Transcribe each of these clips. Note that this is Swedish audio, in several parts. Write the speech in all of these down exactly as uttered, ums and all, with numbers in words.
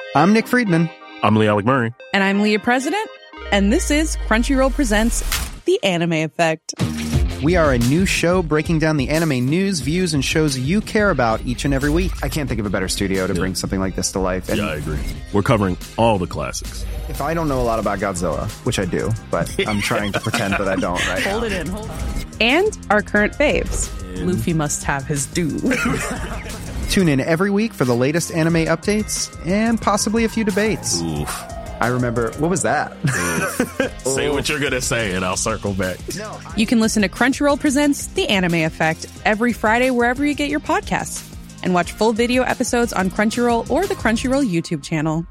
I'm Nick Friedman. I'm Lee Alec Murray. And I'm Leah President. And this is Crunchyroll Presents The Anime Effect. We are a new show breaking down the anime news, views, and shows you care about each and every week. I can't think of a better studio to yeah. bring something like this to life. And yeah, I agree. We're covering all the classics. If I don't know a lot about Godzilla, which I do, but I'm trying to pretend that I don't right Hold now. it in, hold on. And our current faves. And... Luffy must have his due. Tune in every week for the latest anime updates and possibly a few debates. Oof. I remember, what was that? Say what you're going to say and I'll circle back. You can listen to Crunchyroll Presents The Anime Effect every Friday wherever you get your podcasts. And watch full video episodes on Crunchyroll or the Crunchyroll YouTube channel.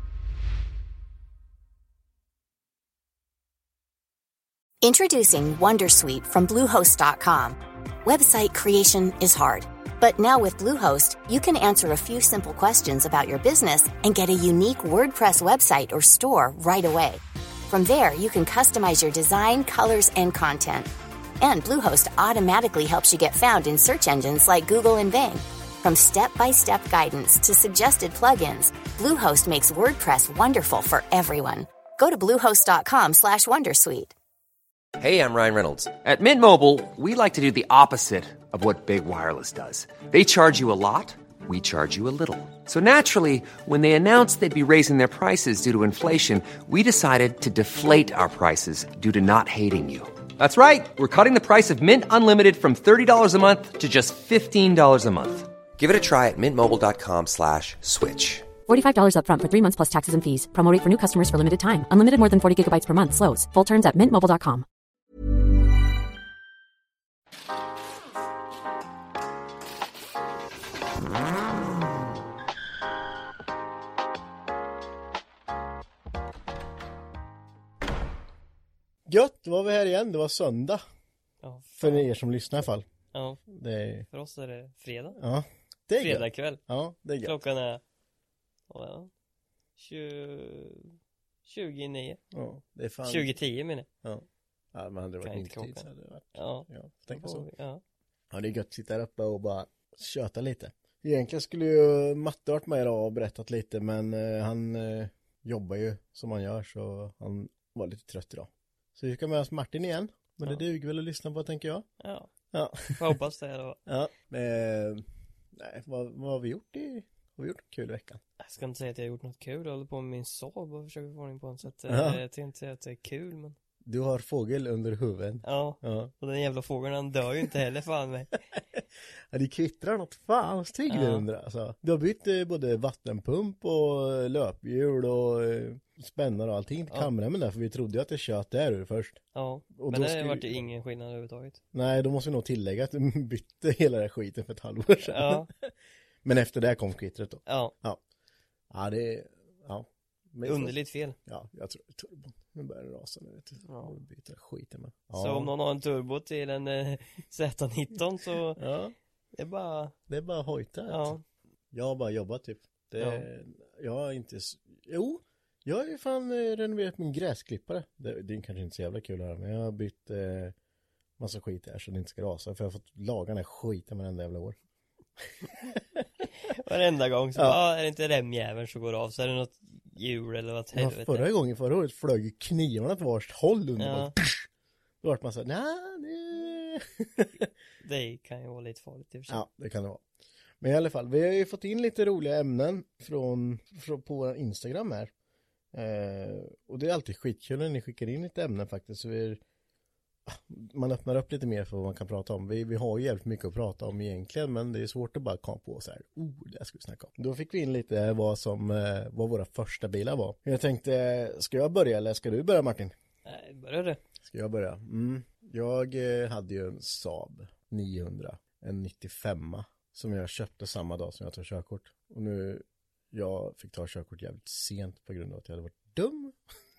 Introducing Wondersuite from Bluehost dot com. Website creation is hard. But now with Bluehost, you can answer a few simple questions about your business and get a unique WordPress website or store right away. From there, you can customize your design, colors, and content. And Bluehost automatically helps you get found in search engines like Google and Bing. From step-by-step guidance to suggested plugins, Bluehost makes WordPress wonderful for everyone. Go to bluehost dot com slash wondersuite. Hey, I'm Ryan Reynolds. At Mint Mobile, we like to do the opposite of what Big Wireless does. They charge you a lot, we charge you a little. So naturally, when they announced they'd be raising their prices due to inflation, we decided to deflate our prices due to not hating you. That's right. We're cutting the price of Mint Unlimited from thirty dollars a month to just fifteen dollars a month. Give it a try at mintmobile.com slash switch. forty-five dollars up front for three months plus taxes and fees. Promo rate for new customers for limited time. Unlimited more than forty gigabytes per month. Slows full terms at mint mobile dot com. Gött, då var vi här igen. Det var söndag. Ja, för er som lyssnar i alla fall. Ja, det är... för oss är det fredag. Ja, det är fredag kväll. Ja, det är gött. Klockan är ja, tjugo, tjugo nio. Ja, det är fan... tjugo tio menar jag. Ja. Ja, men hade det varit inte tid så hade det varit... Ja, ja tänka så. Ja. Ja, det är gött att sitta där uppe och bara köta lite. Egentligen skulle ju Matte varit med idag och berättat lite, men eh, han eh, jobbar ju som han gör, så han var lite trött idag. Så vi ska med oss Martin igen. Men ja. Det duger väl att lyssna på, tänker jag. Ja, ja. jag hoppas det då. Ja, eh, nej, vad, vad har vi gjort i... Har vi gjort något kul i veckan? Jag ska inte säga att jag har gjort något kul. Jag håller på med min Saab och försöker få ordning på den. Så att, ja. eh, jag tänkte inte säga att det är kul, men... Du har fågel under huven. Ja, ja. Och den jävla fågeln, han dör ju inte heller fan mig. Ja, det kvittrar något fan stygg ja. Där under. Alltså. Du har bytt eh, både vattenpump och löphjul och eh, spännare och allting till ja. Kameran där, för vi trodde ju att det kött där ur först. Ja, och men det skulle... var det ingen skillnad överhuvudtaget. Nej, då måste vi nog tillägga att du bytte hela den här skiten för ett halvår sedan. Ja. Men efter det kom kvittret då. Ja. Ja, ja det är... Ja. Men underligt fel. Ja, jag tror det är turbon. Nu börjar det rasa nu, vet du. Ja. Byta skiten med. Ja. Så om någon har en turbo till en eh, Z nitton så ja. det är bara... Det är bara hojta. Ja. Jag har bara jobbat typ. Det ja. Jag har inte... Jo, jag har ju fan renoverat min gräsklippare. Det, det är kanske inte så jävla kul här, men jag har bytt eh, massa skit här så det inte ska rasa. För jag har fått laga den här skiten med den jävla år. Varenda gång så ja. bara, är det inte remjäveln som går av så är det något djur eller vad helvete. Ja, förra gången, förra året flög knivarna på varsitt håll under. Ja. Då vart man så här, nej, nej. Det kan ju vara lite farligt i och för sig. Ja, det kan det vara. Men i alla fall, vi har ju fått in lite roliga ämnen från, från på vår Instagram här. Eh, och det är alltid skitkul när ni skickar in lite ämnen faktiskt. Så vi, man öppnar upp lite mer för vad man kan prata om. Vi, vi har ju jävligt mycket att prata om egentligen, men det är svårt att bara komma på så här. Oh, det ska vi snacka om. Då fick vi in lite vad som eh, vad våra första bilar var. Jag tänkte, ska jag börja eller ska du börja, Martin? Nej, börja du. Ska jag börja? Mm. Jag eh, hade ju en Saab niohundra, en nittiofem som jag köpte samma dag som jag tog körkort. Och nu, jag fick ta körkort jävligt sent på grund av att jag hade varit dum.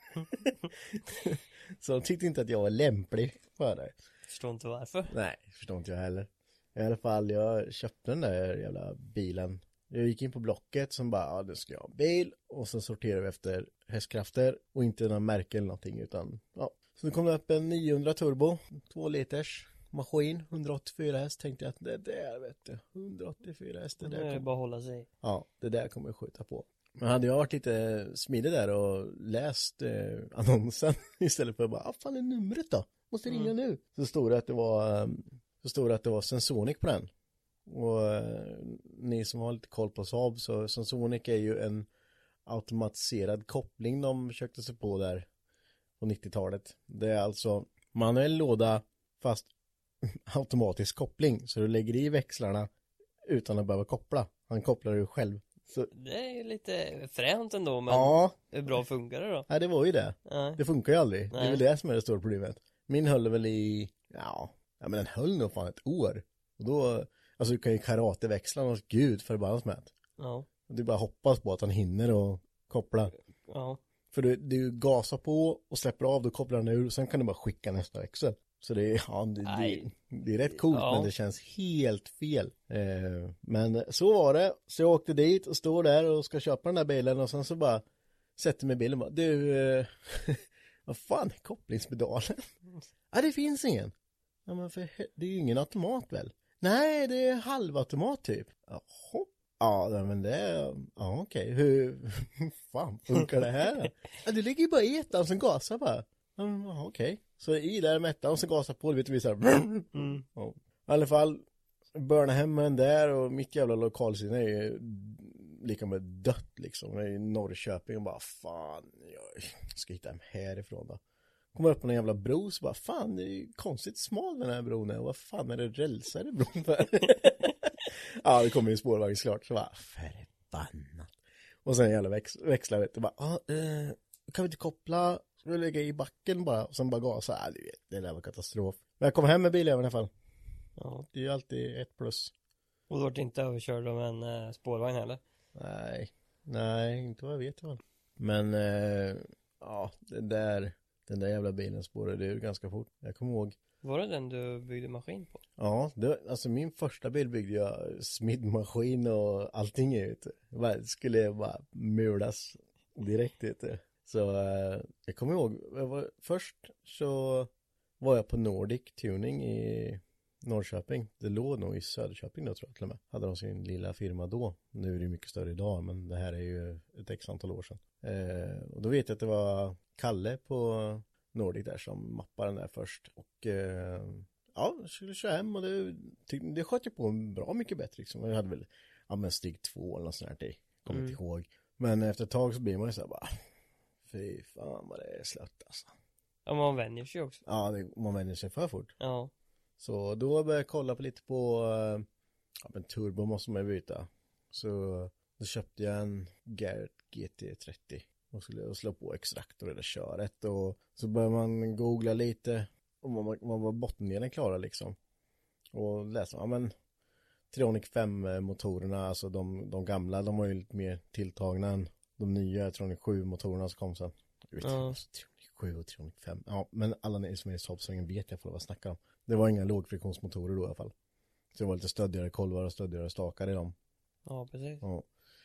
Så de tyckte inte att jag var lämplig för det. Förstår inte varför. Nej, förstår inte jag heller. I alla fall, jag köpte den där jävla bilen. Jag gick in på Blocket som bara, ja, det ska jag ha en bil. Och så sorterade vi efter hästkrafter och inte någon märke eller någonting, utan ja. Så nu kom det upp en niohundra turbo, två liters. maskin, hundraåttiofyra häst, tänkte jag att det där vet du, hundraåttiofyra häst, det där Nu är det kommer, bara att hålla sig. ja, det där kommer jag skjuta på. Men hade jag varit lite smidig där och läst eh, annonsen istället för att bara, ah, fan är numret då? Måste ringa mm. nu. Så stod det att det var så stod det att det var Sensonic på den. Och eh, ni som har lite koll på Saab, så Sensonic är ju en automatiserad koppling de försökte sig på där på nittiotalet. Det är alltså manuell låda fast automatisk koppling. Så du lägger i växlarna utan att behöva koppla. Han kopplar ju själv. Så... Det är ju lite fränt ändå, men ja. Hur bra funkar det då? Nej, det var ju det. Nej. Det funkar ju aldrig. Nej. Det är väl det som är det stora problemet. Min höll väl i, ja, ja men den höll nog fan ett år. Och då, alltså du kan ju karateväxla något gud förbannat med. Ja. Och du bara hoppas på att han hinner och koppla. Ja. För du, du gasar på och släpper av, då kopplar han ur och sen kan du bara skicka nästa växel. Så det är, ja, det, det, det är rätt coolt, ja. Men det känns helt fel. Eh, men så var det. Så jag åkte dit och står där och ska köpa den där bilen och sen så bara sätter mig i bilen och bara, du, eh, vad fan är kopplingspedalen? Ja, det finns ingen. Ja, men för, det är ju ingen automat väl? Nej, det är halvautomat typ. Jaha. Ja, men det är, ja okej. Hur fan funkar det här? Ja, det ligger ju bara i ettan som gasar bara. Ja, okej. Så i där med ettan som gasar på, det vet vi så här. Mm. Ja. I alla fall, börna hem med den där och mitt jävla lokalsinne är ju lika med dött liksom. Jag är i Norrköping och bara, fan, jag ska hitta hem härifrån då. Kommer upp på en jävla bro så bara, fan, det är ju konstigt smal den här bron är. Och vad fan är det rälsar i bron för? Ja, det kommer ju spårvagn klart. Så bara, förbannat. Och sen jävla väx- växlar vet du. Bara, ah, eh, kan vi inte koppla? Så vi lägga i backen bara. Och sen bara gasa. Ah, du vet, det där var katastrof. Men jag kom hem med bilen i alla fall. Ja. Det är ju alltid ett plus. Och du vart inte överkörd av en eh, spårvagn heller? Nej. Nej, inte vad jag vet väl. Men, eh, ja, det där, den där jävla bilen spårade ur ganska fort. Jag kommer ihåg. Var det den du byggde maskin på? Ja, det, alltså min första bil byggde jag smidmaskin och allting ut. Det skulle bara mulas direkt ut. Så eh, jag kommer ihåg, jag var, först så var jag på Nordic Tuning i Norrköping. Det låg nog i Söderköping då tror jag till och med. Hade de sin lilla firma då. Nu är det mycket större idag, men det här är ju ett x antal år sedan. Eh, och då vet jag att det var Kalle på Nordic där som mappade den där först. Och eh, ja, jag skulle köra hem och det, det sköt ju på bra mycket bättre liksom. Jag hade väl, ja men stig två eller något sånt här till. Kommer mm. inte ihåg. Men efter ett tag så blir man ju så här bara, fy fan vad det är slött alltså. Ja, man vänjer sig också. Ja, det, man vänjer sig för fort. Ja. Så då började jag kolla på lite på, ja men turbo måste man ju byta. Så då köpte jag en Garrett G T trettio. Och skulle slå på extraktor eller köret. Och så började man googla lite. Och man, man var bottendelen klara liksom. Och läsa, ja men Trionic fem-motorerna, alltså de, de gamla, de var ju lite mer tilltagna än de nya Trionic sju-motorerna som kom sen. Jag vet inte, ja. Trionic sju och Trionic fem. Ja, men alla ni som är i Saab-svängen vet jag för vad jag snackar om. Det var inga lågfriktionsmotorer då i alla fall. Så det var lite stöddigare kolvar och stöddigare stakar i dem. Ja, precis. Ja.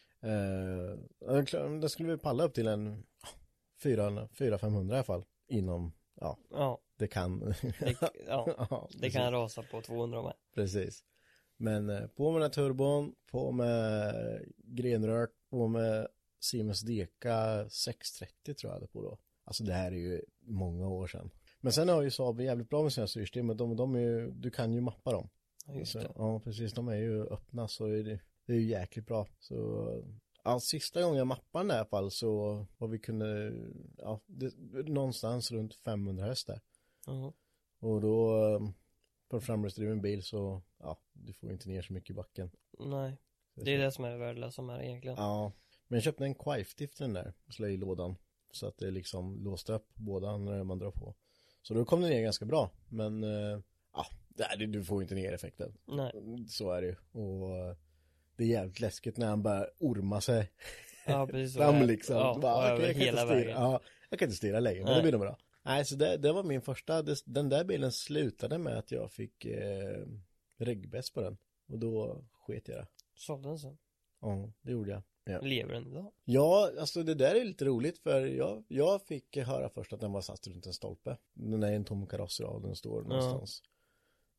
Eh, det skulle vi palla upp till en fyra femhundra i alla fall. Inom, ja, ja. det kan. det, ja, ja, det kan rasa på tvåhundra med. Precis. Men eh, på med den här turbon, på med grenrört, på med Siemens Deka sex trettio tror jag hade på då. Alltså det här är ju många år sedan. Men sen har ju Saab jävligt bra med sina styrsystem, men de, de är ju, du kan ju mappa dem. Ja, just alltså, det. Ja, precis. De är ju öppna så är det, det är ju jäkligt bra. Så ja, sista gången jag mappade den i alla fall så var vi kunde, ja, det, någonstans runt femhundra hästar. Uh-huh. Och då på en framröstdriven bil så, ja, du får inte ner så mycket i backen. Nej, det är det som är värdelösa med egentligen. Ja, men jag köpte en Quife-diff den där och slog i lådan. Så att det liksom låste upp båda när man drar på. Så då kom det ner ganska bra. Men äh, ja, du får inte ner effekten. Nej. Så är det ju. Och det är jävligt läskigt när han bara ormar sig. Ja, precis. Fram liksom. Ja, bara, okay, jag, kan hela inte styra. vägen. Ja, jag kan inte styra längre, men det blir nog bra. Nej, så det, det var min första. Det, den där bilen slutade med att jag fick eh, regbäs på den. Och då sket jag det. Sålde den sen? Ja, det gjorde jag. Ja. Lever den idag? Ja, alltså det där är lite roligt för jag, jag fick höra först att den var satt runt en stolpe. Den är en tom kaross och den står någonstans.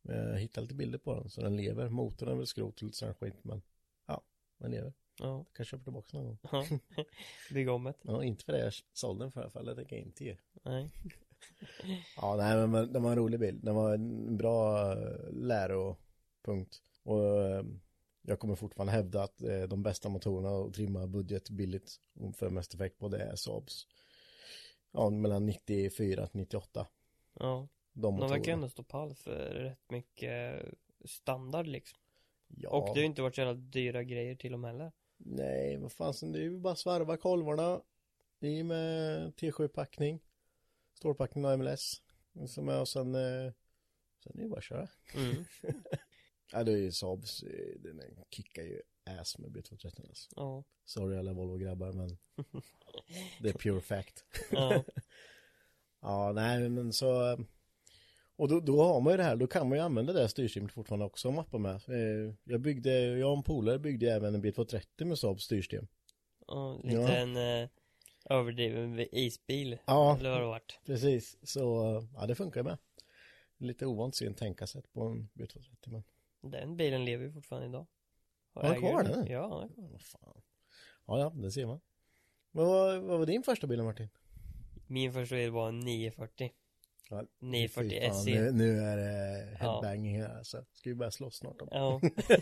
Jag hittade lite bilder på den, så den lever. Motorn är väl skrot och lite sån skit, men ja, den lever. Ja. Jag kan köpa tillbaka någon gång. Ja. Bygga om ett. Ja, inte för det jag sålde den för i alla fall, det tänker jag inte ge. Nej. Ja, nej, men det var en rolig bild. Det var en bra läropunkt. Och eh, jag kommer fortfarande hävda att eh, de bästa motorerna att trimma budget billigt för mest effekt på det är Saabs. Ja, mellan nittiofyra till nittioåtta. Ja. De, de verkar ändå stå pall för rätt mycket standard liksom. Ja. Och det har ju inte varit så jävla dyra grejer till dem heller. Nej, vad fan, det är ju bara svarva kolvarna i med T sju-packning, stålpackning och M L S som är, och sen eh, sen är det bara att köra. Mm. Ja, det är ju Saabs, den kickar ju ass med B två trettio alltså. Ja. Sorry alla Volvo-grabbar, men det är pure fact. Ja. Ja, nej, men så och då, då har man ju det här, då kan man ju använda det här styrsystemet fortfarande också om mappar med. Jag byggde, jag och en polare byggde även en B två trettio med Saabs styrsystem. Ja, lite Ja. en eh, överdriven isbil. Ja, eller vad det har varit. Precis, så ja, det funkar med. Lite ovant sen tänkasätt på en B två trettio, men Den bilen lever ju fortfarande idag. Har den kvar den? Ja, den är kvar. vad fan. Ja, ja, det ser man. Men vad, vad var din första bil, Martin? Min första bil var en nio fyrtio. Ja, nio fyrtio fy fan, S E. nu, nu är det headbanging här alltså. Ska vi börja slåss snart om? Ja.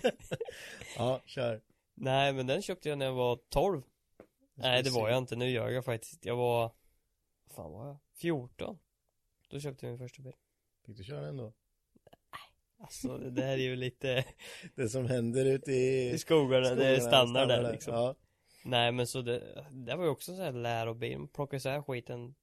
Ja, kör. Nej, men den köpte jag när jag var tolv. Nej, det var jag inte. Nu gör jag faktiskt. Jag var, vad fan var jag? fjorton. Då köpte jag min första bil. Fick du köra den då? Alltså, det där är ju lite Det som händer ute i, i skogarna, skogarna, det är standard stannar där liksom. Ja. Nej, men så det, det var ju också så här lärobil. Man plockade isär skiten.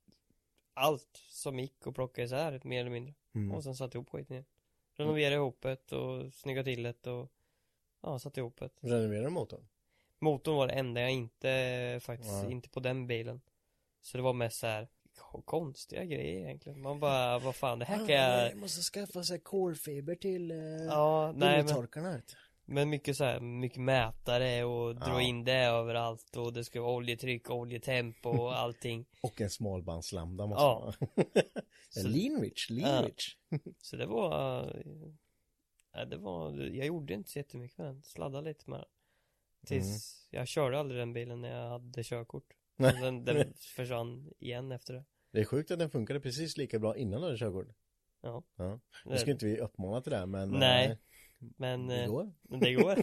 Allt som gick och plocka isär, mer eller mindre. Mm. Och sen satte ihop skiten igen. Renoverade ihop det och snygga till det och ja, satte ihop det. Renoverar du motorn? Motorn var det enda jag inte, faktiskt, Ja. inte på den bilen. Så det var mest så här konstiga grejer egentligen. Man bara, vad fan, det här kan jag... Jag måste skaffa sig kolfiber till eh, Ja, nej, men, torkarna. men mycket så här, mycket mätare och dra Ja. in det överallt och det ska vara oljetryck, oljetempo och allting. Och en smalbandslambda måste Ja. man. Så- lean rich, lean Ja. rich. Så det var, ja, det var, jag gjorde inte så jättemycket med den. Sladdade lite med den. Tills jag körde aldrig den bilen när jag hade körkort. Nej. Den, den försvann igen efter det. Det är sjukt att den funkade precis lika bra innan du hade körkort. Ja. Ja. Nu ska inte vi uppmana till det här, men Nej. eh, Men det eh, går. det går.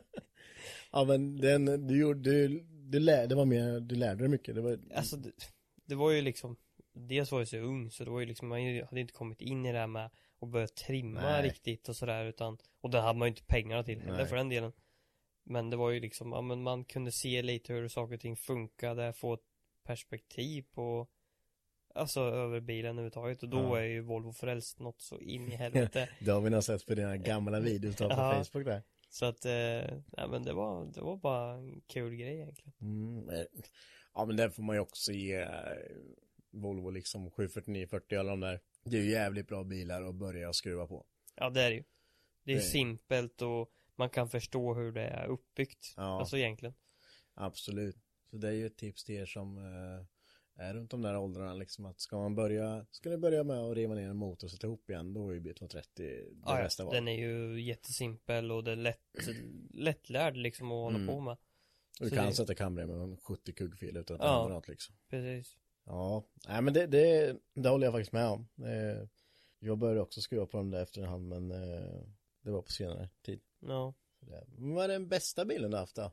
Ja, men den, du gjorde, du, du lärde, det var mer, du lärde dig mycket. Det var, Alltså det, det var ju liksom, dels var jag så ung så det var ju liksom, man hade inte kommit in i det här med att börja trimma Nej. riktigt och sådär, utan, och det hade man ju inte pengarna till heller Nej. för den delen. Men det var ju liksom, ja, men man kunde se lite hur saker och ting funkade, få ett perspektiv på, alltså över bilen överhuvudtaget, och då Ja. är ju Volvo frälst något så in i helvete. det har vi nog sett på dina gamla videos på Ja. Facebook där. Så att, eh, nej men det var, det var bara en kul grej egentligen. Mm. eh, Ja, men där får man ju också ge eh, Volvo liksom sju fyrtionio fyrtio eller de där. Det är ju jävligt bra bilar att börja skruva på. Ja, det är det ju. Det är Det- simpelt och man kan förstå hur det är uppbyggt. Ja. Alltså egentligen. Absolut. Så det är ju ett tips till er som eh, är runt de där åldrarna liksom, att ska man börja, ska ni börja med att riva ner en motor och sätta ihop igen, då är ju B två trettio det Ja, bästa ja, valet. den är ju jättesimpel och det är lätt, lättlärd liksom att hålla Mm. på med. Du så kan det- sätta kamera med en sjuttio kuggfil utan att Ja. det händer något liksom. Precis. Ja, nej men det, det, det håller jag faktiskt med om. Eh, Jag började också skruva på dem där efterhand, men eh, det var på senare tid. Ja. Så det- Vad är den bästa bilen du haft då?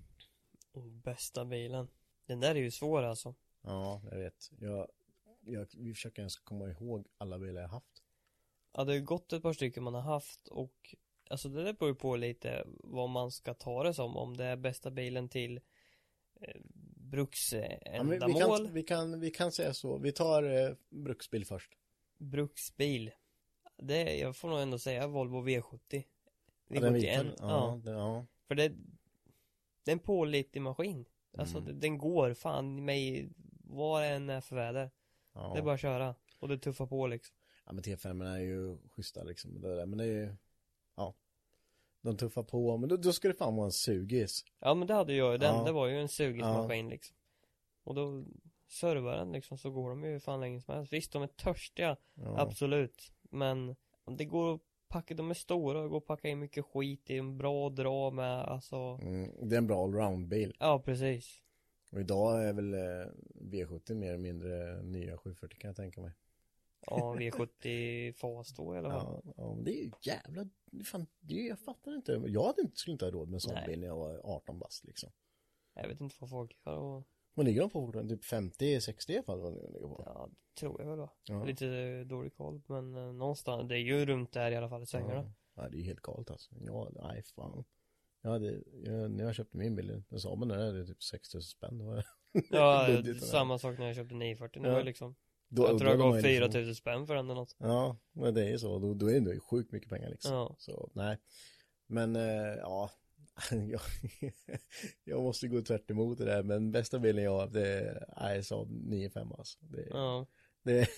Och bästa bilen. Den där är ju svår alltså. Ja, jag vet. Jag, jag, vi försöker ens komma ihåg alla bilar jag haft. Ja, det har ju gått ett par stycken man har haft och alltså det där beror ju på lite vad man ska ta det som. Om det är bästa bilen till eh, Ja, men bruksändamål. vi, kan, vi, kan, vi kan säga så. Vi tar eh, bruksbil först. Bruksbil. Det, jag får nog ändå säga Volvo V sjuttio. Ja, den V vita. sjuttioett. Ja, Ja. det, ja. För det, det är en pålitlig maskin. Alltså Mm. det, den går fan mig vad det än är för väder. Ja. Det är bara att köra. Och det tuffar på liksom. Ja, men T fem är ju schyssta liksom. Det där. Men det är ju, ja. De tuffar på. Men då, då ska det fan vara en sugis. Ja, men det hade jag ju. Den, Ja. det var ju en sugismaskin liksom. Och då servar den liksom, så går de ju fan länge som helst. Visst, de är törstiga. Ja. Absolut. Men det går att packa, de är stora och går att packa in mycket skit. Det är en bra att dra med, alltså. Mm, det är en bra allround-bil. Ja, precis. Och idag är väl eh, V sjuttio mer eller mindre nya sju fyrtio kan jag tänka mig. Ja, V sjuttio fas då eller vad? Ja, ja, men det är ju jävla, fan, det, jag fattar inte. Jag hade inte, skulle inte ha råd med en sån Nej. bil när jag var arton bast liksom. Jag vet inte vad folk gör och... Vad ligger de på fortfarande? Typ femtio sextio i alla fall vad de ligger på. Ja, det tror jag väl då. Ja. Lite dålig koll, men eh, någonstans, det är ju runt där i alla fall i svängarna. Ja. Ja, det är ju helt galet alltså. Ja, nej fan. Jag hade, jag, när jag köpte min bil, den sa man där, det är typ sex tusen spänn. Då var Ja, budgeten samma sak när jag köpte nio fyrtio. Nu Ja. var liksom, då, jag tror jag då var gav man fyra liksom- tusen spänn för den eller något. Ja, men det är ju så. Då, då är det ändå sjukt mycket pengar liksom. Ja. Så, nej. Men, eh, ja. jag, jag måste gå tvärt emot det där. Men bästa bilen jag har, det är Saab nio fem alltså. Det, Ja. det,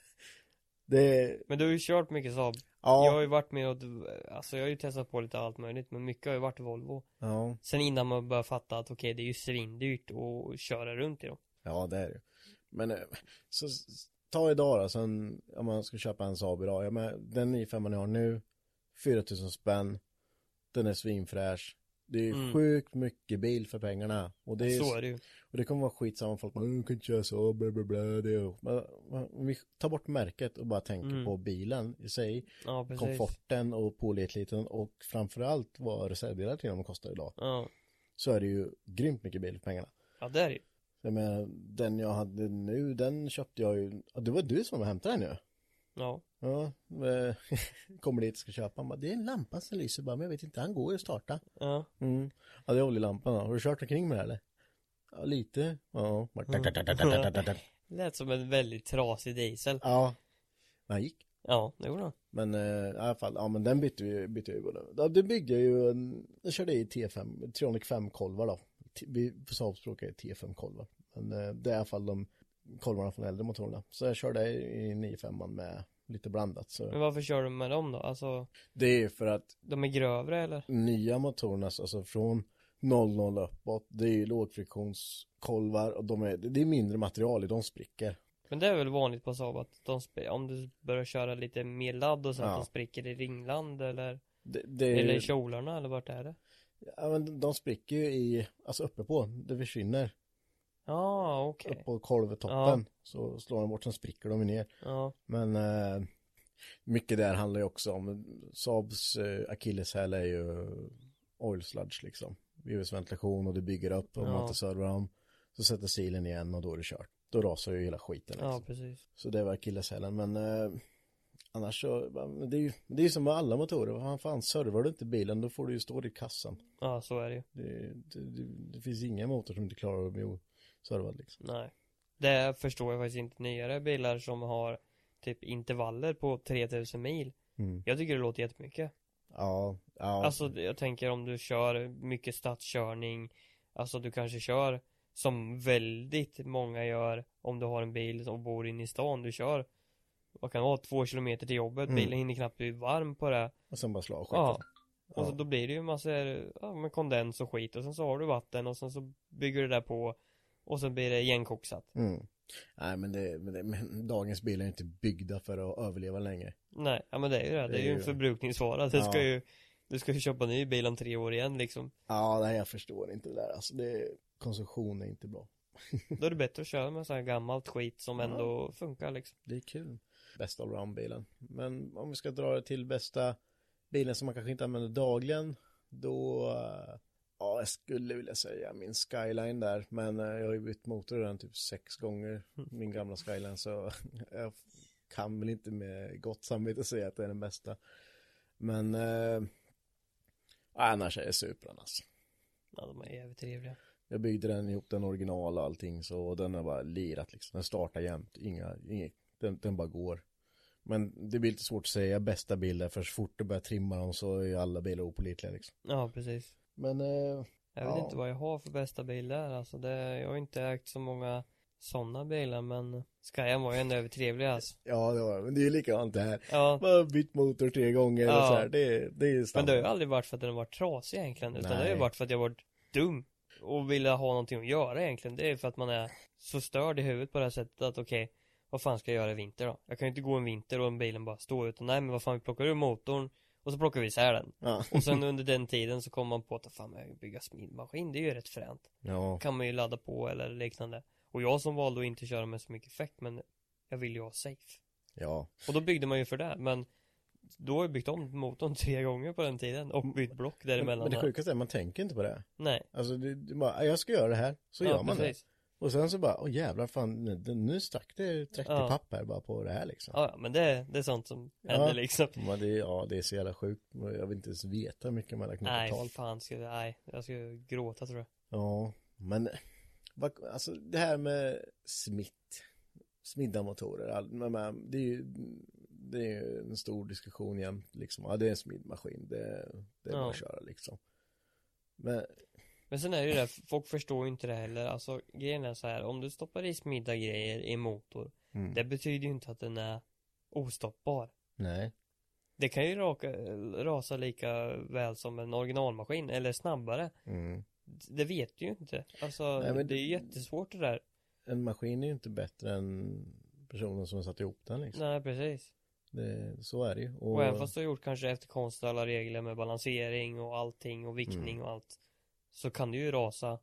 det, Men du har ju kört mycket Saab. ja. Jag har ju varit med och, alltså jag har ju testat på lite allt möjligt, men mycket har ju varit Volvo. Ja, Sen innan man börjar fatta att okej, det är ju svindyrt att köra runt i dem. ja, det är det. Men, eh, så s- ta idag då, sen, om man ska köpa en Saab idag. Ja, men den nio fem jag har nu, fyra tusen spänn. Den är svinfräsch. Det är Mm. sjukt mycket bil för pengarna. Och det är Så är det ju. Och det kommer vara skitsamma, folk bara, du kan inte köra så, bla bla bla, det är... Men, men, om vi tar bort märket och bara tänker Mm. på bilen i sig, Ja, precis. komforten och pålitligheten och framförallt vad reservdelar till dem kostar idag, Ja. så är det ju grymt mycket bil för pengarna. Ja, det är det ju. Jag menar, den jag hade nu, den köpte jag ju, ja, det var du som hämtade den ju. Ja. Ja, eh, kommer dit och ska köpa, han bara, det är en lampa som lyser bara, men jag vet inte, han går ju att starta. Ja. Mm. Ja, det är oljelampan då. Har du kört omkring med det eller? Ja, lite. Ja. Bara Mm. tak, tak, tak, tak, tak, tak, tak. Lät som en väldigt trasig diesel. Ja. Men han gick. Ja, det gjorde han. Men eh, i alla fall, ja men den bytte vi bytte ju både. Ja, det byggde ju en, jag körde i T fem, Trionic fem kolvar då. T- Vi på Saab-språk är T fem kolvar. Men eh, det är i alla fall de kolvarna från äldre motorerna. Så jag körde i nio fem med lite blandat. Så. Men varför kör du med dem då? Alltså, Det är för att de är grövre eller? nya motorerna, alltså från noll noll uppåt, det är ju lågfriktionskolvar och de är, det är mindre material i, de spricker. Men det är väl vanligt på Saab att de sp- om du börjar köra lite mer ladd och så Ja. att de spricker i ringland eller, Det, det, eller i kjolarna eller vart är det? ja, men de spricker ju i, alltså uppe på, det försvinner. Ja, okej. Upp på kolvetoppen så slår de bort, sen spricker de ner. Ja, Men eh, mycket där handlar ju också om Saabs eh, akilleshäl är ju oil sludge liksom. V V S-ventilation och det bygger upp och Ja. man inte servar dem. Så sätter silen igen och då är det kört. Då rasar ju hela skiten liksom. ja precis. Så det var akilleshälen. Men eh, annars så, det är ju det är ju som med alla motorer. Vad fan, servar du inte bilen då får du ju stå i kassan. Ja, så är det ju. Det, det, det, det finns ingen motor som inte klarar att bli servad liksom. Nej. Det förstår jag faktiskt inte. Nyare bilar som har typ intervaller på tre tusen mil. Mm. Jag tycker det låter jättemycket. Ja, ja. Alltså jag tänker om du kör mycket stadskörning. Alltså du kanske kör som väldigt många gör om du har en bil och bor inne i stan. Du kör, vad kan det vara, två kilometer till jobbet. Mm. Bilen hinner knappt bli varm på det. Och sen bara slå skiten. Ja. Och så Ja. då blir det ju massor, ja, med kondens och skit. Och sen så har du vatten och sen så bygger du det där på. Och sen blir det igenkoksat. Mm. Nej men, det, men, det, men dagens bilar är inte byggda för att överleva längre. Nej, ja men det är ju det. Det är ju en förbrukningsvara. Det ska Ja. ju, du ska ju köpa en ny bil om tre år igen liksom. Ja, nej jag förstår inte det där. Alltså det, konsumtion är inte bra. Då är det bättre att köra med så här gammalt skit som ändå funkar liksom. Det är kul. Bästa allround-bilen. Men om vi ska dra det till bästa bilen som man kanske inte använder dagligen, då, uh, ja jag skulle vilja säga min Skyline där. Men uh, jag har ju bytt motor i den typ sex gånger, min gamla Skyline, så jag kan väl inte med gott samvete säga att det är den bästa. Men uh, annars är det Supran alltså. Ja, de är jävligt trevliga. Jag byggde den ihop, den original och allting, så den har bara lirat liksom. Den startar jämt, inga, inga, den, den bara går. Men det blir lite svårt att säga bästa bilder, för så fort du börjar trimma dem så är alla bilar opålitliga liksom. Ja, precis. Men, eh, Jag vet ja. inte vad jag har för bästa bil där. Alltså det, jag har inte ägt så många sådana bilar, men Skyan var ju ändå övertrevlig alltså. Ja, det var, men det är likadant det här. Ja. Bara bytt motor tre gånger Ja. och så här, det, det är Men standard. det har ju aldrig varit för att den var trasig egentligen, utan Nej. det har ju varit för att jag var dum och ville ha någonting att göra egentligen. Det är för att man är så störd i huvudet på det här sättet att okej, vad fan ska jag göra i vinter då? Jag kan ju inte gå en vinter och en bilen bara stå utan nej men vad fan, vi plockar ur motorn och så plockar vi isär den. Ja. Och sen under den tiden så kommer man på att fan, jag bygga smidmaskin, det är ju rätt fränt. Ja. Kan man ju ladda på eller liknande. Och jag som valde att inte köra med så mycket effekt, men jag vill ju ha safe. Ja. Och då byggde man ju för det, men då har jag byggt om motorn tre gånger på den tiden och bytt block däremellan. Men det sjukaste är att man tänker inte på det. Nej. Alltså det, det bara, jag ska göra det här, så Ja, gör man precis. det. Och sen så bara, åh jävlar fan, nu, nu stack det trettio Ja. papp här bara på det här liksom. Ja, men det, det är sånt som händer Ja. liksom. Men det, ja, det är så jävla sjukt. Jag vill inte ens veta hur mycket man har lagt ner Nej, totalt. fan, ska, nej, jag ska gråta tror jag. Ja, men vad, alltså det här med smitt, smidda motorer, all, men, men, det är ju det är ju en stor diskussion jämt liksom. Ja, det är en smidmaskin, det, det är Ja. bara att köra liksom. Men Men sen är det ju det, folk förstår ju inte det heller. Alltså grejen är så här, om du stoppar i smidda grejer i en motor, mm, det betyder ju inte att den är ostoppbar. nej. Det kan ju raka, rasa lika väl som en originalmaskin, eller snabbare. Mm. Det vet du ju inte. Alltså Nej, men det är det- jättesvårt det där. En maskin är ju inte bättre än personen som har satt ihop den liksom. Nej, precis. Det, så är det ju. Och, och även fast du har gjort kanske efter konst alla regler med balansering och allting och viktning Mm. och allt, så kan du ju rasa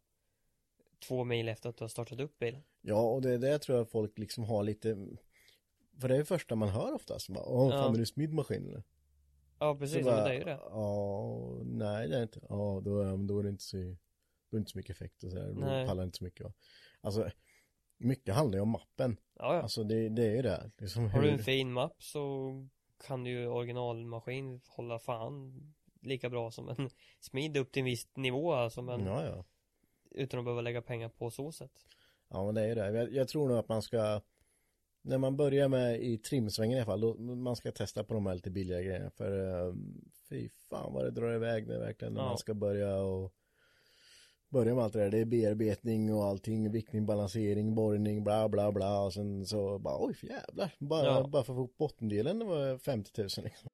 två mil efter att du har startat upp bilen. Ja, och det är det jag tror att folk liksom har lite. För det är det första man hör oftast. Bara, åh, Ja. fan är det smidmaskin eller? Ja, precis, Så men bara, det är ju det. Ja, nej det är inte. Ja, då, är- då är det inte så, då är det inte så mycket effekt och så här. Då Nej. pallar inte så mycket. Va? Alltså, mycket handlar ju om mappen. Ja, ja. Alltså det, det är ju det. det är som Har du hur- en fin mapp så kan ju originalmaskin hålla fan lika bra som en smid upp till en viss nivå, alltså, men Ja, ja. utan att behöva lägga pengar på så sätt. Ja, men det är ju det. Jag, jag tror nog att man ska, när man börjar med i trimsvängen i alla fall, då man ska testa på de här lite billiga grejerna. För eh, fy fan vad det drar iväg när verkligen när Ja. man ska börja och börja med allt det där. Det är bearbetning och allting, viktning, balansering, borrning, bla bla bla. Och sen så bara, oj för jävlar. Bara, Ja. bara för att få upp bottendelen, det var femtio tusen liksom.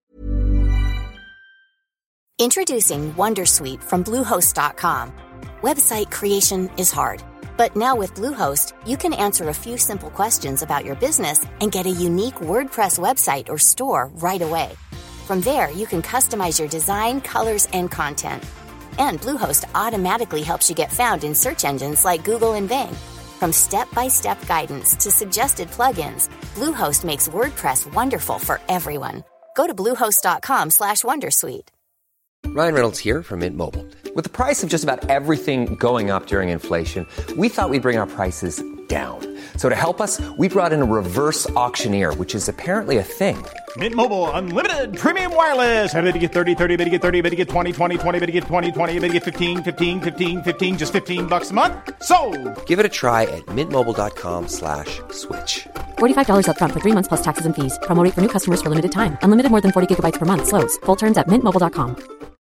Introducing Wondersuite from Bluehost dot com. Website creation is hard, but now with Bluehost, you can answer a few simple questions about your business and get a unique WordPress website or store right away. From there, you can customize your design, colors, and content. And Bluehost automatically helps you get found in search engines like Google and Bing. From step-by-step guidance to suggested plugins, Bluehost makes WordPress wonderful for everyone. Go to bluehost dot com slash wondersuite. Ryan Reynolds here from Mint Mobile. With the price of just about everything going up during inflation, we thought we'd bring our prices down. So to help us, we brought in a reverse auctioneer, which is apparently a thing. Mint Mobile Unlimited Premium Wireless. How to get thirty, thirty, how to get thirty, how to get twenty, twenty, twenty, how to get twenty, twenty, how to get fifteen, fifteen, fifteen, fifteen, just fifteen bucks a month? Sold! Give it a try at mintmobile.com slash switch. forty-five dollars up front for three months plus taxes and fees. Promo rate for new customers for limited time. Unlimited more than forty gigabytes per month. Slows full terms at mint mobile dot com.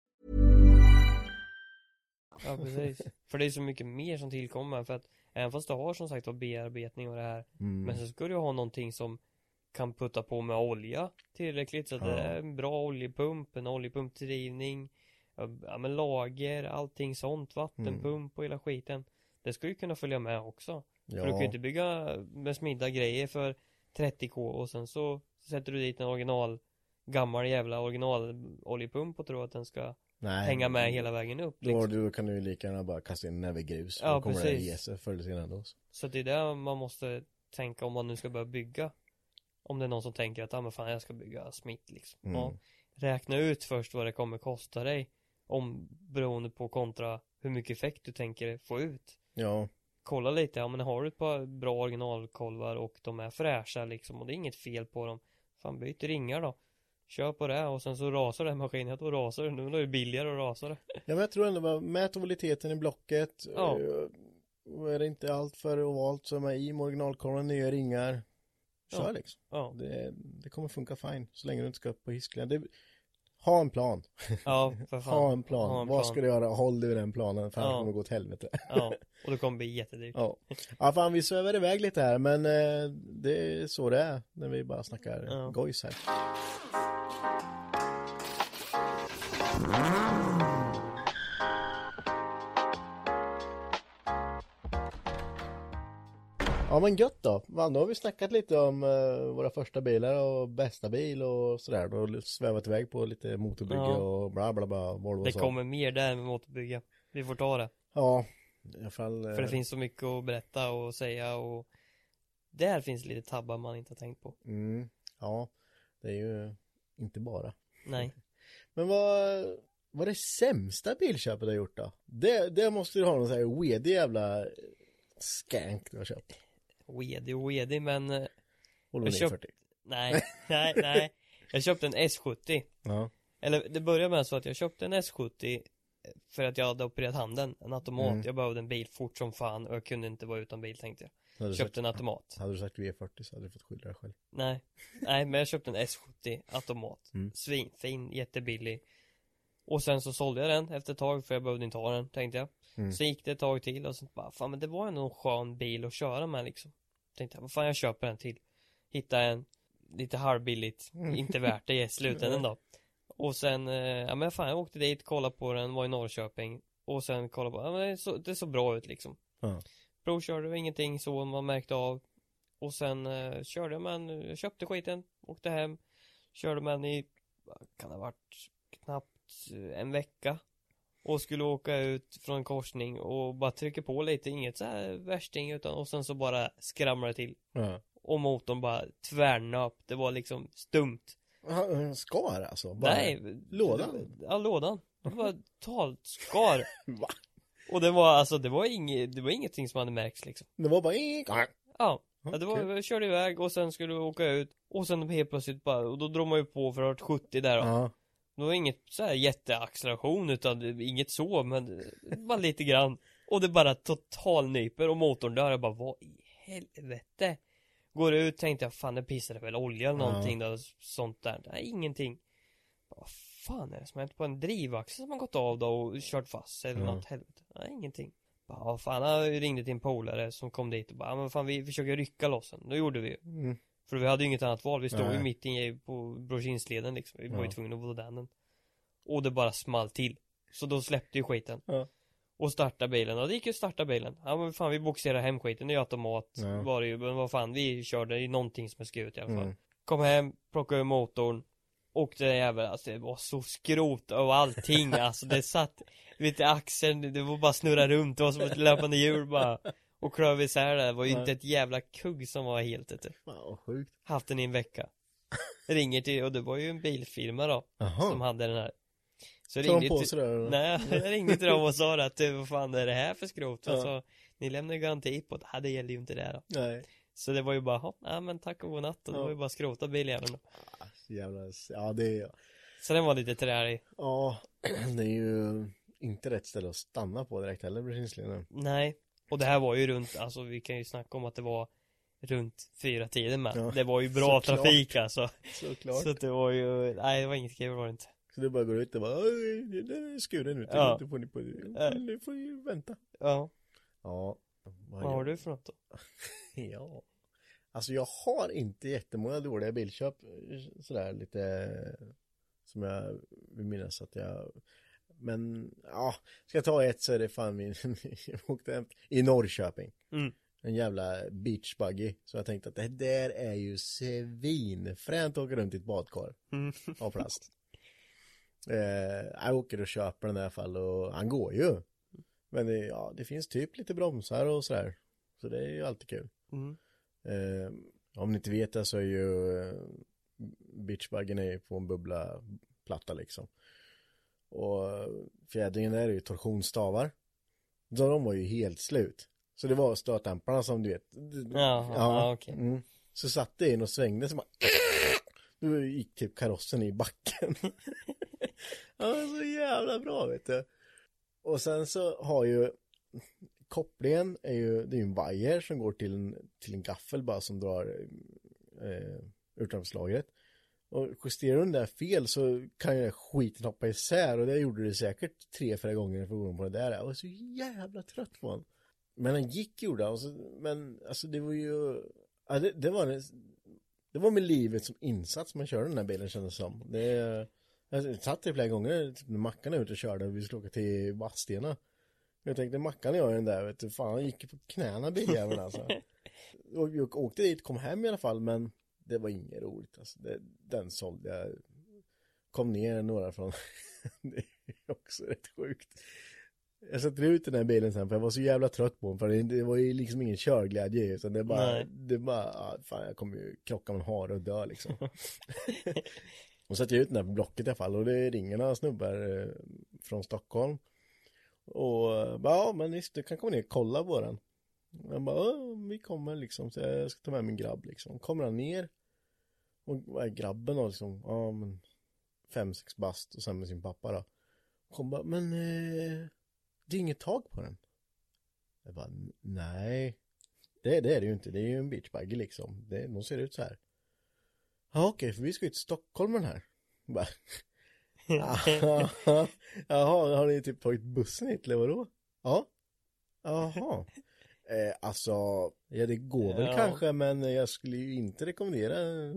Ja, precis. För det är så mycket mer som tillkommer. För att även fast du har som sagt bearbetning och det här, Mm. men så ska du ha någonting som kan putta på med olja tillräckligt så att Ja. det är en bra oljepump, en oljepumpdrivning, ja, men lager, allting sånt, vattenpump och hela skiten. Det ska ju kunna följa med också. För du kan ju inte bygga med smidda grejer för trettio k och sen så sätter du dit en original gammal jävla original oljepump och tror att den ska Nej. hänga med hela vägen upp. Då, Liksom. då kan du ju lika gärna bara kasta in en näve grus. Ja, Då kommer precis. det ge sig förr eller senare då. Så det är det man måste tänka om man nu ska börja bygga. Om det är någon som tänker att ah, men fan, jag ska bygga smitt liksom. Mm. Ja, räkna ut först vad det kommer kosta dig. Om beroende på kontra hur mycket effekt du tänker få ut. Ja. Kolla lite, ja men har du ett par bra originalkolvar och de är fräscha liksom och det är inget fel på dem. Fan, byt ringar då. Kör på det och sen så rasar den maskinen, då rasar den. Nu är det billigare att rasa det. Ja, men jag tror ändå bara mät ovaliteten i blocket. Ja. Eh, Och är det inte allt för ovalt som är i med originalkolven, nya ringar. Kör Ja. liksom. Ja, Det, det kommer funka fine. Så länge du inte ska upp på hisskläder. Det, ha en plan. ja för fan. Ha en plan. Ha en Vad plan. ska du göra? Håll dig vid den planen. För annars Ja. kommer det gå åt helvete. Ja, och det kommer bli jättedyrt. Ja. Ja, fan vi svävar iväg lite här. Men eh, det är så det är. När vi bara snackar Ja. gojs här. Ja men gött då. Man, då har vi snackat lite om uh, våra första bilar och bästa bil och sådär. Då svävat iväg på lite motorbygge ja. och bla bla bla. Volvo det så. kommer mer där med motorbygge. Vi får ta det. Ja. I alla fall, uh... För det finns så mycket att berätta och säga och där finns lite tabbar man inte har tänkt på. Mm. Ja, det är ju inte bara. Nej. Men vad... Vad är det sämsta bilköpet du har gjort då? Det, det måste du ha någon sån här weedy jävla skank du har köpt. Weedy och weedy men jag köpt... Nej, nej, nej. Jag köpte en S sjuttio. Ja. Eller det började med så att jag köpte en S sjuttio för att jag hade opererat handen. En automat. Mm. Jag behövde en bil fort som fan och jag kunde inte vara utan bil tänkte jag. Köpte sagt, en automat. Hade du sagt V fyrtio så hade du fått skylla dig själv. Nej, nej men jag köpte en S sjuttio automat. Mm. Svinfin, jättebillig. Och sen så sålde jag den efter ett tag för jag behövde inte ha den, tänkte jag. Mm. Så gick det ett tag till och så bara, fan men det var ändå en skön bil att köra med liksom. Tänkte jag, vad fan jag köper den till. Hitta en lite halvbilligt, mm. inte värt det i slutändan då. Och sen, ja men fan jag åkte dit, kollade på den, var i Norrköping. Och sen kollade på, ja men det så, det så bra ut liksom. Mm. Provkörde, ingenting så man märkte av. Och sen uh, körde jag med den, jag köpte skiten, åkte hem. Körde med den i, kan det ha varit knappt en vecka och skulle åka ut från en korsning och bara trycka på lite, inget så här värsting utan och sen så bara skramlade till mm. och motorn bara tvärnöp, det var liksom stumt. Skar alltså? Bara nej, lådan? Ja, lådan. Det var totalt skar. Va? Och det var alltså, det var inget, det var ingenting som hade märkts liksom. Det var bara ja. Ja, det var, jag körde iväg och sen skulle vi åka ut och sen helt plötsligt bara, och då drog man ju på för att sjuttio där då. Ja. Det var inget så här jätteacceleration utan inget så, men bara lite grann. Och det bara total nyper och motorn där, jag bara, vad i helvete? Går ut, tänkte jag, fan det pissade väl olja eller någonting ja. Då, sånt där. Nej, ingenting. Vad fan är det som hänt på en drivaxel som har gått av då och kört fast eller ja. Något helvete? Nej, ingenting. Bara, fan, jag ringde till en polare som kom dit och bara, men fan vi försöker rycka loss den. Då gjorde vi mm. För vi hade ju inget annat val. Vi stod Nej. ju mitt inne på Broskinsleden liksom. Vi var ju ja. tvungna att vara den. Och det bara small till. Så då släppte ju skiten. Ja. Och starta bilen. Och det gick ju att starta bilen. Ja men fan vi boxerade hem skiten. Det är ju automat. Ja. Var det ju. Men vad fan vi körde i någonting som är skurit i alla fall. Mm. Kom hem. Plockade ur motorn. Och det jävla, alltså det var så skrot och allting. Alltså det satt. Vet axeln. Det var bara snurra runt. Det var som ett löpande hjul bara. Och klöv isär det. Det var ju Nej. inte ett jävla kugg som var helt ute. Wow, sjukt. Haft den i en vecka. Ringer till, och det var ju en bilfirma då. Aha. Som hade den här. Så ringde ringde till, till, nej, jag ringde till dem och sa att vad fan är det här för skrot? Ja. Så ni lämnar garanti på det. Ja, det gäller ju inte det då. Nej. Så det var ju bara, ja men tack och godnatt. Och ja. Det var ju bara skrota biljäveln då. Ja, jävla, ja det är. Så den var lite trärig. Ja, det är ju inte rätt ställe att stanna på direkt heller, Broskinsleden. Nej. Och det här var ju runt, alltså vi kan ju snacka om att det var runt fyra tider men ja. Det var ju bra så trafik klart. Alltså. Såklart. Så det var ju, nej det var inget kul var det inte. Så det bara går ut och bara, det är skuren ut, ja. det får ni på, det får ju vänta. Ja. Ja. Vad har du för något då? Ja. Alltså jag har inte jättemånga dåliga bilköp sådär lite som jag vill minnas att jag. Men ja, ska jag ta ett så är det fan min jag åkte hem i Norrköping. Mm. En jävla beachbuggy. Så jag tänkte att det där är ju svinfränt att åka runt i ett badkar mm. av plast. eh, jag åker och köper den i alla fall och han går ju. Men det, ja, det finns typ lite bromsar och sådär. Så det är ju alltid kul. Mm. Eh, om ni inte vet det så är ju eh, beachbuggen är på en bubbla platta liksom. Och fjädringen där är ju torsionsstavar. Så de var ju helt slut. Så det var stötdämparna som du vet. Jaha, ja, okej. Okay. Mm. Så satt det in och svängde så bara då gick typ karossen i backen. Ja, så jävla bra vet du. Och sen så har ju kopplingen är ju, det är ju en vajer som går till en, till en gaffel bara som drar eh, utanförslagret. Och justerar den där fel så kan ju skiten hoppa isär och det gjorde det säkert tre, fyra gånger för på det där. Jag var så jävla trött på den. Men den gick gjorde alltså, men alltså det var ju ja, det, det var det, det var med livet som insats man körde den här bilen kändes som. Det jag satt det flera gånger typ, när Mackan är ute och körde och vi skulle åka till Vadstena. Jag tänkte Mackan och jag den där vet du fan han gick på knäna biljäveln alltså. Och jag åkte dit, kom hem i alla fall, men det var inget roligt. Alltså, det, den sålde jag. Kom ner några från. Det är också rätt sjukt. Jag satte ut den här bilen sen för jag var så jävla trött på den. För det, det var ju liksom ingen körglädje. Utan det bara, Nej. det bara, ah, fan jag kommer ju krocka med en hare och dö liksom. Och satte ut den här på Blocket i alla fall. Och det ringer några snubbar eh, från Stockholm. Och ja, men visst, du kan komma ner och kolla på den. Jag bara, vi kommer liksom. Så jag ska ta med min grabb liksom. Kommer han ner. Och vad är grabben då liksom? Ja, men fem, sex bast. Och sen med sin pappa då. Kom bara, men eh, det är inget tag på den. Jag bara, nej. Det, det är det ju inte. Det är ju en beachbuggy liksom. Det, de ser ut så här. Ja, okej, för vi ska ju till Stockholm med den här. Jag bara, jaha, har ni typ tagit bussen hit eller vadå? Ja. Jaha. Eh, alltså, ja det går väl ja. kanske, men jag skulle ju inte rekommendera.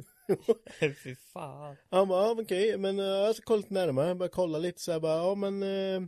Fy fan. Han bara, ja okej, men uh, jag ska kolla lite närmare. Jag bara kolla lite så här, bara, ja men uh,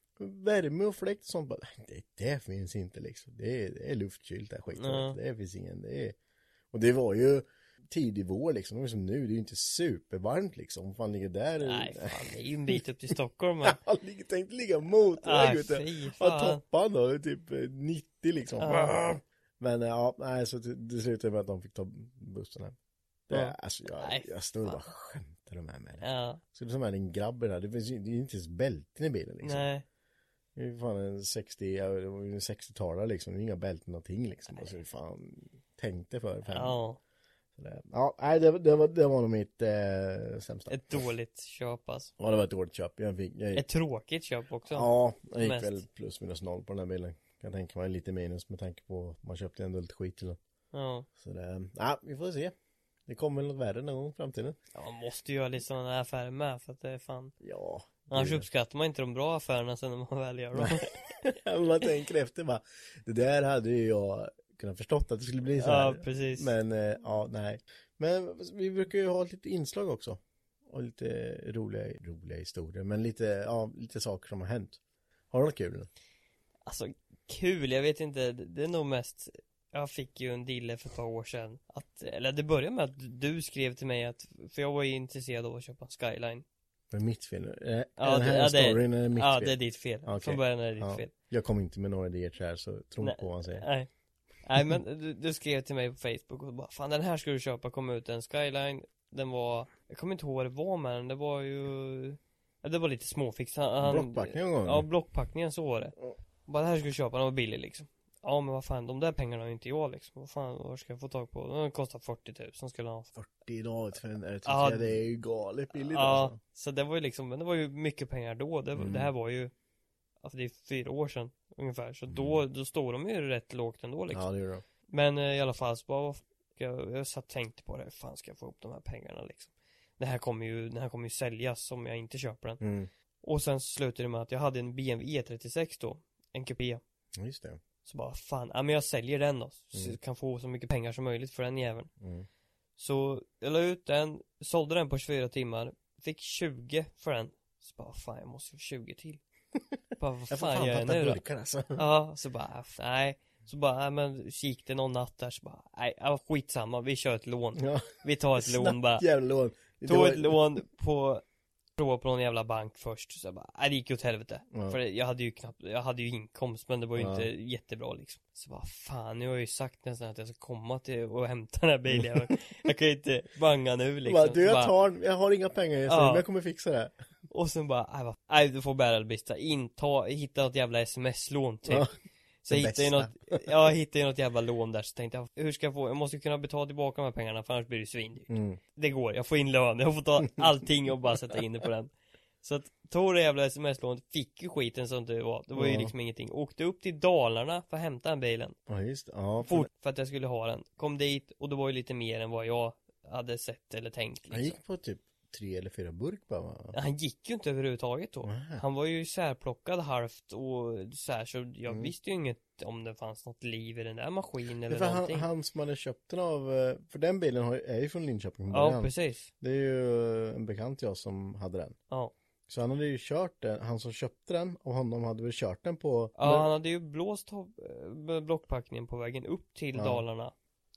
värme och fläkt och sånt. Bara, det, det finns inte liksom. Det är, det är luftkylt där skit. Ja. Det finns ingen, det är. Och det var ju tidig vår liksom. Det är som nu, det är ju inte supervarmt liksom. Fan ligger där. Nej, fan, det är ju en bit upp till Stockholm. Han tänkte ligga motorväg ute. Ja, toppan då, typ nittio liksom. Ja. Men ja, nej, så det, det slutade med att de fick ta bussen här. Det, ja. Alltså jag, nej, jag stod och bara skämtade med mig. Ja. Så det är som en grabb där. Det finns ju det är inte ens bälten i bilen liksom. Nej. Det är fan en sextio, det var ju en sextio-talare liksom. Det är inga bälten någonting liksom. Och så är det fan tänkte för fem. Ja. Det, ja, nej, det, det, var, det var nog mitt eh, sämsta. Ett dåligt köp alltså. Ja, det var ett dåligt köp. Jag fick, jag gick... Ett tråkigt köp också. Ja, jag gick Mest. väl plus minus noll på den här bilen. Jag tänker mig lite minus med tanke på att man köpte ändå lite skit till den. Ja. Så det, ja, vi får se. Det kommer väl något värre någon gång i framtiden. Ja, man måste ju göra lite sådana här affärer med för att det är fan. Ja. Det... Annars uppskattar man inte de bra affärerna sen när man väl gör dem. Ja, man tänker efter bara, det där hade ju jag kunnat förstått att det skulle bli så här. Ja, precis. Men, eh, ja, nej. Men vi brukar ju ha lite inslag också. Och lite roliga, roliga historier. Men lite, ja, lite saker som har hänt. Har du något kul? Alltså, kul, jag vet inte. Det är nog mest... Jag fick ju en dille för ett par år sedan. Att, eller det började med att du skrev till mig att... För jag var ju intresserad av att köpa en Skyline. För mitt fel? Är ja, den här det, storyn är, är mitt ja, fel? det är ditt fel. Okay. Från början är det ditt ja. fel. Jag kom inte med några idéer så här, så tro nej, på vad han säger. Nej. Nej, men du, du skrev till mig på Facebook och bara, fan den här ska du köpa, kom ut en Skyline. Den var, jag kommer inte ihåg vad det var med den, det var ju, ja, det var lite småfix. Han, blockpackningen gång? Ja, blockpackningen, så var det. Bara den här ska du köpa, den var billig liksom. Ja, men vad fan, de där pengarna har ju inte jag liksom. Vad fan, vad ska jag få tag på? Den kostar fyrtio tusen skulle han ha. fyrtio idag för en, ja, det är ju galet billigt. Ja, alltså. Så det var ju liksom, men det var ju mycket pengar då. Det, mm. det här var ju, alltså det är fyra år sedan ungefär. Så mm. då, då står de ju rätt lågt ändå liksom. Ja, det gör de. Men eh, i alla fall så bara, jag, jag satt tänkte på det, hur fan ska jag få upp de här pengarna liksom. Det här kommer ju, den här kommer ju säljas om jag inte köper den. Mm. Och sen slutade det med att jag hade en B M W E trettiosex då, en kupé. Just det. Så bara, fan, ja men jag säljer den då. Så mm. jag kan få så mycket pengar som möjligt för den jäveln. Mm. Så jag la ut den, sålde den på tjugofyra timmar, fick tjugo för den. Så bara, fan jag måste få tjugo till. Bara, vad fan, fan gör jag nu då? Burkar, alltså. Ja, så bara, nej. Så bara, nej men gick det någon natt där så bara, nej, ja, skitsamma, vi kör ett lån. Ja. Vi tar ett lån bara. Jävla lån. Tog var... ett lån på, prova på någon jävla bank först. Så jag bara, nej det gick ju åt helvete. Ja. För jag hade ju knappt, jag hade ju inkomst men det var ju ja. inte jättebra liksom. Så bara, fan nu har jag ju sagt nästan att jag ska komma till och hämta den här bilen. Jag, jag kan ju inte banga nu liksom. Bara, du jag tar, jag har inga pengar just nu, ja. men jag kommer fixa det. Och sen bara, nej, vad, nej du får bära det bista. In, ta, hitta något jävla sms-lån typ. Ja. Så jag hittade, något, jag hittade något jävla lån där. Så tänkte jag, hur ska jag få, jag måste kunna betala tillbaka de här pengarna för annars blir det svindyrt. Mm. Det går, jag får in lön, jag får ta allting och bara sätta in det på den. Så att tog det jävla sms-lånet, fick ju skiten som det var. Det var ju liksom ingenting. Åkte upp till Dalarna för att hämta den bilen. Ja just det. Ja, för... Fort för att jag skulle ha den. Kom dit och det var ju lite mer än vad jag hade sett eller tänkt liksom. Han gick på typ tre eller fyra burk bara, va? Han gick ju inte överhuvudtaget då. Mm. Han var ju särplockad halvt och så här, så jag mm. visste ju inget om det fanns något liv i den där maskinen eller för någonting. Han, han som hade köpt den av, för den bilen har, är ju från Linköping. Ja, precis. Det är ju en bekant jag som hade den. Ja. Så han hade ju kört den, han som köpte den och honom hade väl kört den på... Ja, men... han hade ju blåst blockpackningen på vägen upp till ja. Dalarna.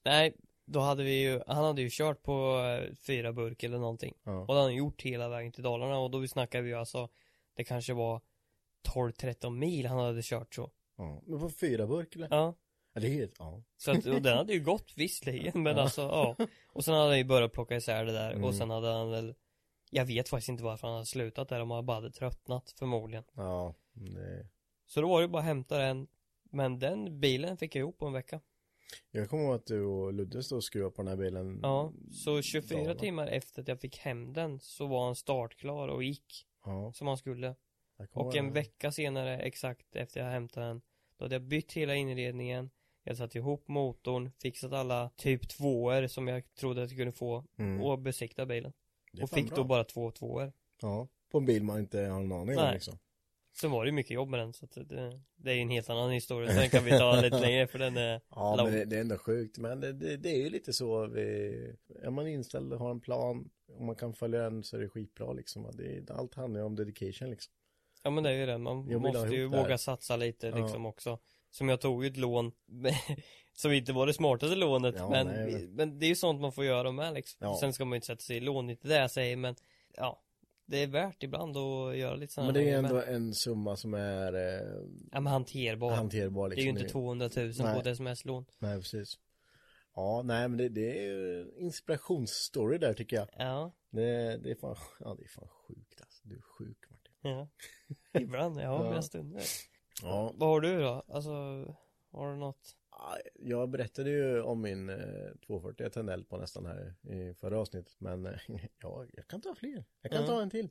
Nej, då hade vi ju, han hade ju kört på eh, fyra burk eller någonting. Ja. Och det hade han gjort hela vägen till Dalarna. Och då vi snackade vi ju alltså, det kanske var tolv tretton mil han hade kört så. Ja. Men på fyra burk eller? Ja. Ja, det är helt, ja. Så att, och den hade ju gått visserligen, men alltså, ja. Och sen hade han ju börjat plocka isär det där. Mm. Och sen hade han väl, jag vet faktiskt inte varför han hade slutat där, om han bara hade tröttnat förmodligen. Ja, det... Så då var det bara att hämta den. Men den bilen fick jag ihop på en vecka. Jag kommer ihåg att du och Ludde stod och skruvade på den här bilen. Ja, så tjugofyra dagen. timmar efter att jag fick hem den så var han startklar och gick Ja. som han skulle. Jag kommer Och en ihåg. vecka senare, exakt efter jag hämtade den, då hade jag bytt hela inredningen. Jag hade satt ihop motorn, fixat alla typ tvåor som jag trodde att jag kunde få Mm. och besikta bilen. Det är Och fan fick bra. då bara två tvåor. Ja, på en bil man inte har en aning om Nej. liksom. Så var det mycket jobb med den, så att det, det är ju en helt annan historia. Så den kan vi ta lite längre, för den är Ja, lång. men det, det är ändå sjukt. Men det, det, det är ju lite så. Vi, är man inställd och har en plan, om man kan följa den, så är det skitbra liksom. Det, allt handlar ju om dedication liksom. Ja, men det är ju det, man Jag vill ha måste ju ihop det här. våga satsa lite liksom Ja. också. Som jag tog ju ett lån som inte var det smartaste lånet, Ja, men, nej, men- men det är ju sånt man får göra med liksom. Ja. Sen ska man ju inte sätta sig i lån, inte det jag säger, men ja, det är värt ibland att göra lite sådana Men det är grejer ändå med. en summa som är eh, Ja, men hanterbar. hanterbar liksom. Det är ju inte tvåhundratusen på ett sms-lån. Nej, precis. Ja, nej, men det, det är ju en inspirationsstory där tycker jag. Ja, Det, det är fan, ja, det är fan sjukt alltså. Du är sjuk, Martin. ja. Ibland, ja, Ja. mina stunder. Ja, Vad har du då? Alltså, har du något? jag berättade ju om min eh, tvåhundrafyrtio jag tände eld på nästan här i förra avsnittet. Men eh, ja, jag kan ta fler. Jag kan Mm. ta en till.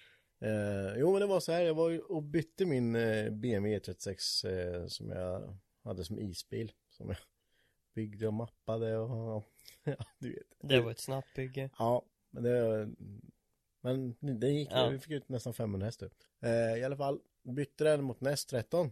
Eh, jo, men det var så här. Jag var ju och bytte min eh, B M W E trettiosex eh, som jag hade som isbil. Som jag byggde och mappade och ja, du vet. Det var ett snabbt bygge. Ja, men det, men det gick. Ja. Vi fick ut nästan femhundra hästar. Eh, I alla fall, bytte den mot en S tretton.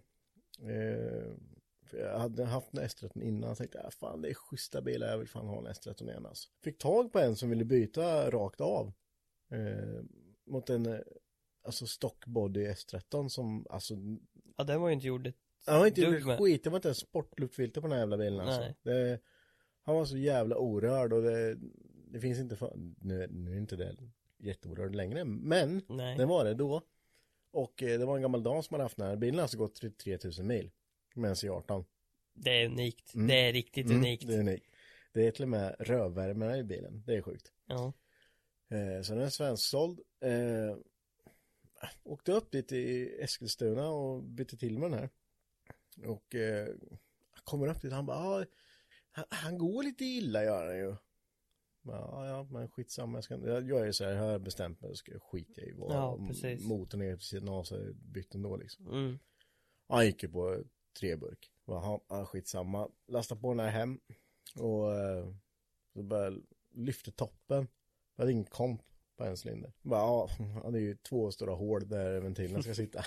Eh, för jag hade haft en S tretton innan och tänkte, ah, fan det är schyssta bilar, jag vill fan ha en S tretton igen alltså. Fick tag på en som ville byta rakt av. Eh, mot en eh, alltså stockbody S tretton som, alltså Ja, den var ju inte gjord ett han var inte dugg gjort med. skit, det var inte en sportluftfilter på den här jävla bilen alltså. Nej. Det, han var så jävla orörd och det, det finns inte för, nu, nu är inte det jätteorörd längre, men Nej. det var det då. Och eh, det var en gammal dam som hade haft den här bilen, alltså gått trettiotre tusen mil med en C arton. Det är unikt. Mm. Det är riktigt Mm, unikt. det är unikt. Det är till och med rövvärmarna i bilen, det är sjukt. Ja. Eh, så den är svensksåld. Eh, åkte upp dit i Eskilstuna och bytte till med den här. Och eh, kommer upp dit och han bara, ah, han, han går lite illa gör han ju. Ja, ja, men skitsamma. Jag, ska, jag gör ju så här, jag har bestämt mig, så ska jag skita i vad Ja, precis. motorn är på sidan av sig bytt ändå liksom. Mm. Han gick ju på tre burk. Ja, ja, skitsamma. Lasta på den här hem. Och eh, så började lyfta toppen. Jag hade ingen komp på en cylinder. Bara, ja, det är ju två stora hål där ventilerna ska sitta.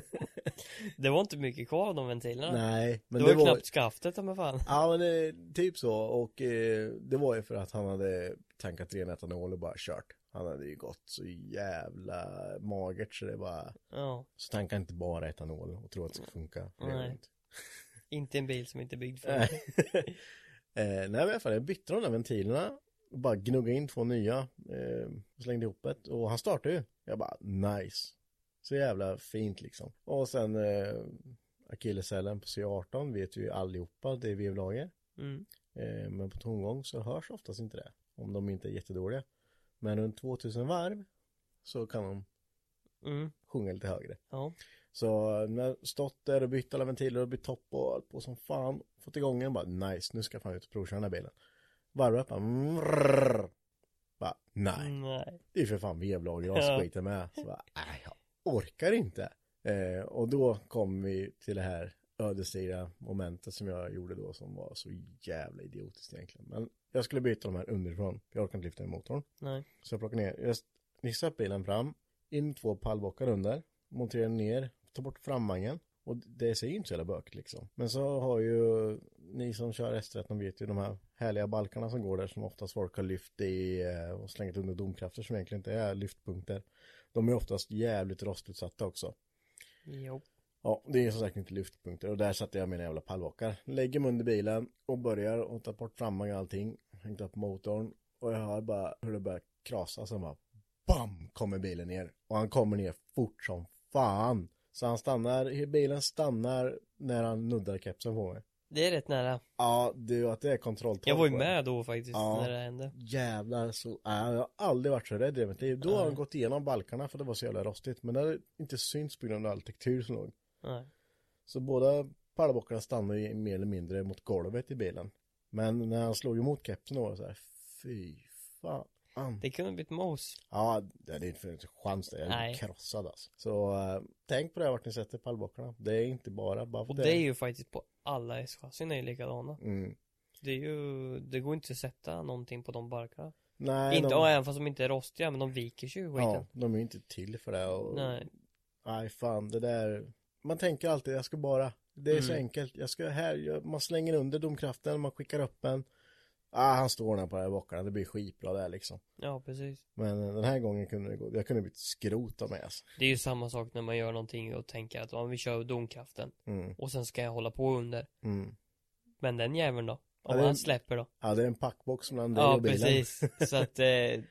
Det var inte mycket kvar av de ventilerna. Nej, men det var det ju var... knappt skaftet, men fan. Ja, men det, typ så. Och eh, det var ju för att han hade tankat ren etanol och bara kört. Han hade ju gått så jävla magert så det bara... Ja. Så tankar inte bara etanol och tror att det ska funka. Det gör det Nej. inte. Inte en bil som inte är byggd för Nej. eh, nej, men i alla fall, jag bytte de där ventilerna och bara gnugga in två nya eh, och slängde ihop ett. Och han startade ju. Jag bara, nice. Så jävla fint liksom. Och sen eh, akilleshälen på C arton vet vi ju allihopa, det är vevlager. Mm. Eh, men på tomgång så hörs oftast inte det. Om de inte är jättedåliga. Men runt tvåtusen varv så kan de Mm. sjunga lite högre. Ja. Så när jag stått där och bytt alla ventiler och bytt topp och allt på som fan, fått igång den, bara nice, nu ska jag fan ut och provköra den här bilen. Varvar upp, bara, mrrr, bara nej, Nej. det är för fan vevlager och Ja. skiten med. Så bara, nej, jag orkar inte. Eh, och då kom vi till det här ödesdigra momentet som jag gjorde då, som var så jävla idiotiskt egentligen. Men jag skulle byta de här underifrån, jag orkar inte lyfta i motorn. Nej. Så jag plockade ner, jag nissade upp bilen fram, in två pallbockar under, monterade ner, ta bort framvagnen. Och det ser ju inte så jävla bökigt liksom. Men så har ju ni som kör S tretton vet ju de här härliga balkarna som går där, som oftast folk har lyft i och slängt under domkrafter som egentligen inte är lyftpunkter. De är oftast jävligt rostutsatta också. Jo. Ja, det är som sagt inte lyftpunkter. Och där satte jag mina jävla pallbockar. Lägger mig under bilen och börjar och tar bort framvagn och allting. Hängt upp motorn. Och jag hör bara hur det börjar krasa. Så bara BAM! Kommer bilen ner. Och han kommer ner fort som fan. Så han stannar, bilen stannar när han nuddar kepsen på mig. Det är rätt nära. Ja, du, att det är kontrolltork. Jag var ju med då faktiskt ja, när det hände. Jävlar, så, äh, jag har aldrig varit så rädd i mitt liv. Då har han gått igenom balkarna för det var så jävla rostigt. Men det hade inte syns på grund av all tektur som låg. Nej. Så båda pallbockarna stannade ju mer eller mindre mot golvet i bilen. Men när han slog emot kepsen då var det så här, fy fan. Det kunde blivit mos. Ja, det är inte för en chans det. Jag är Nej. krossad alltså. Så äh, tänk på det vart ni sätter pallbockarna. Det är inte bara bara för Och det. det är ju faktiskt på alla S-chassin är ju likadana. Mm. Det är ju, det går inte att sätta någonting på de barkarna. Nej, inte, de... även fast de inte är rostiga, men de viker sig ju skiten. Ja, de är ju inte till för det. Och... Nej. Nej, fan, det där... Man tänker alltid, jag ska bara... Det är mm. så enkelt. Jag ska här, jag... man slänger under domkraften, man skickar upp en. Ah, han står där på de här bockarna, det blir skitbra där liksom. Ja, precis. Men den här gången kunde det gå, jag kunde bli skrot av mig alltså. Det är ju samma sak när man gör någonting och tänker att om vi kör domkraften mm. och sen ska jag hålla på under. Mm. Men den jäveln då? Om ja, han en... släpper då? Ja, det är en packbox mellan dig ja, och bilen. Ja, precis. Så att, eh,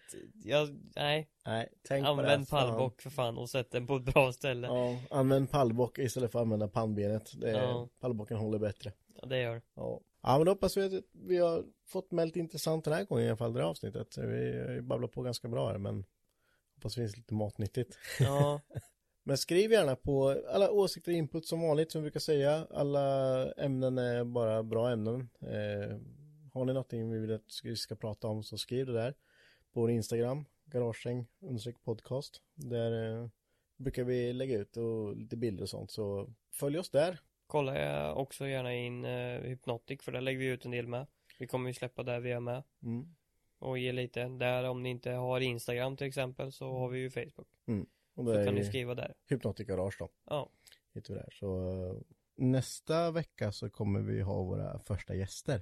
jag, nej. Nej, tänk använd pallbock för fan och sätt den på ett bra ställe. Ja, använd pallbock istället för att använda pannbenet. Det är, ja. Pallbocken håller bättre. Ja, det gör. Ja. Ja, men då hoppas vi att vi har fått med lite intressant den här gången i alla fall, det här avsnittet. Vi babblar på ganska bra här, men hoppas det finns lite matnyttigt. Ja. Men skriv gärna på alla åsikter och input som vanligt, som vi brukar säga. Alla ämnen är bara bra ämnen. Eh, har ni någonting vi vill att vi ska prata om, så skriv det där. På vår Instagram, garagesäng understreck podcast. Där eh, brukar vi lägga ut och lite bilder och sånt, så följ oss där. Kolla jag också gärna in uh, Hypnotic, för där lägger vi ut en del med. Vi kommer ju släppa där vi är med. Mm. Och ge lite. Där om ni inte har Instagram till exempel, så har vi ju Facebook. Mm. Och så kan ni skriva där. Hypnotic Garage då. Ja. Hittar vi där. Så uh, nästa vecka så kommer vi ha våra första gäster.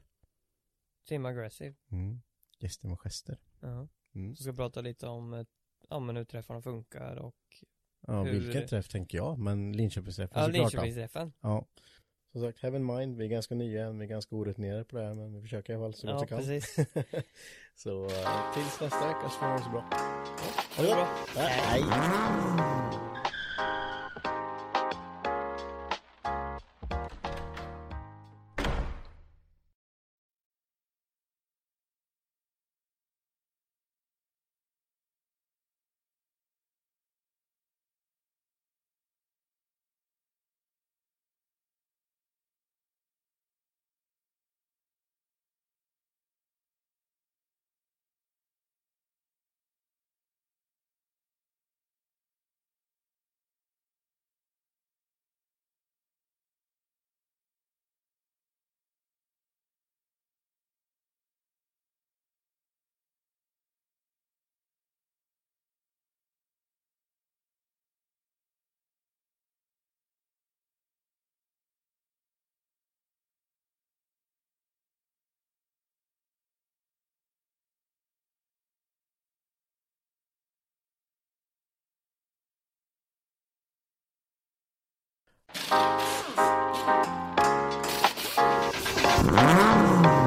Team Aggressive. Mm. Gäster med gester. Ja. Mm. Så ska vi prata lite om ja, men hur träffarna funkar och ja, hur... vilken träff tänker jag, men Linköpingsträffen. Ja, Linköpingsträffen. Ja. Som sagt, have in mind, vi är ganska nya, vi är ganska orutinerade på det här, men vi försöker i alla fall så gott vi kan. Precis. Så uh, tills nästa vecka så får det så bra. Ja, ha det bra. Ja, hej. Mm.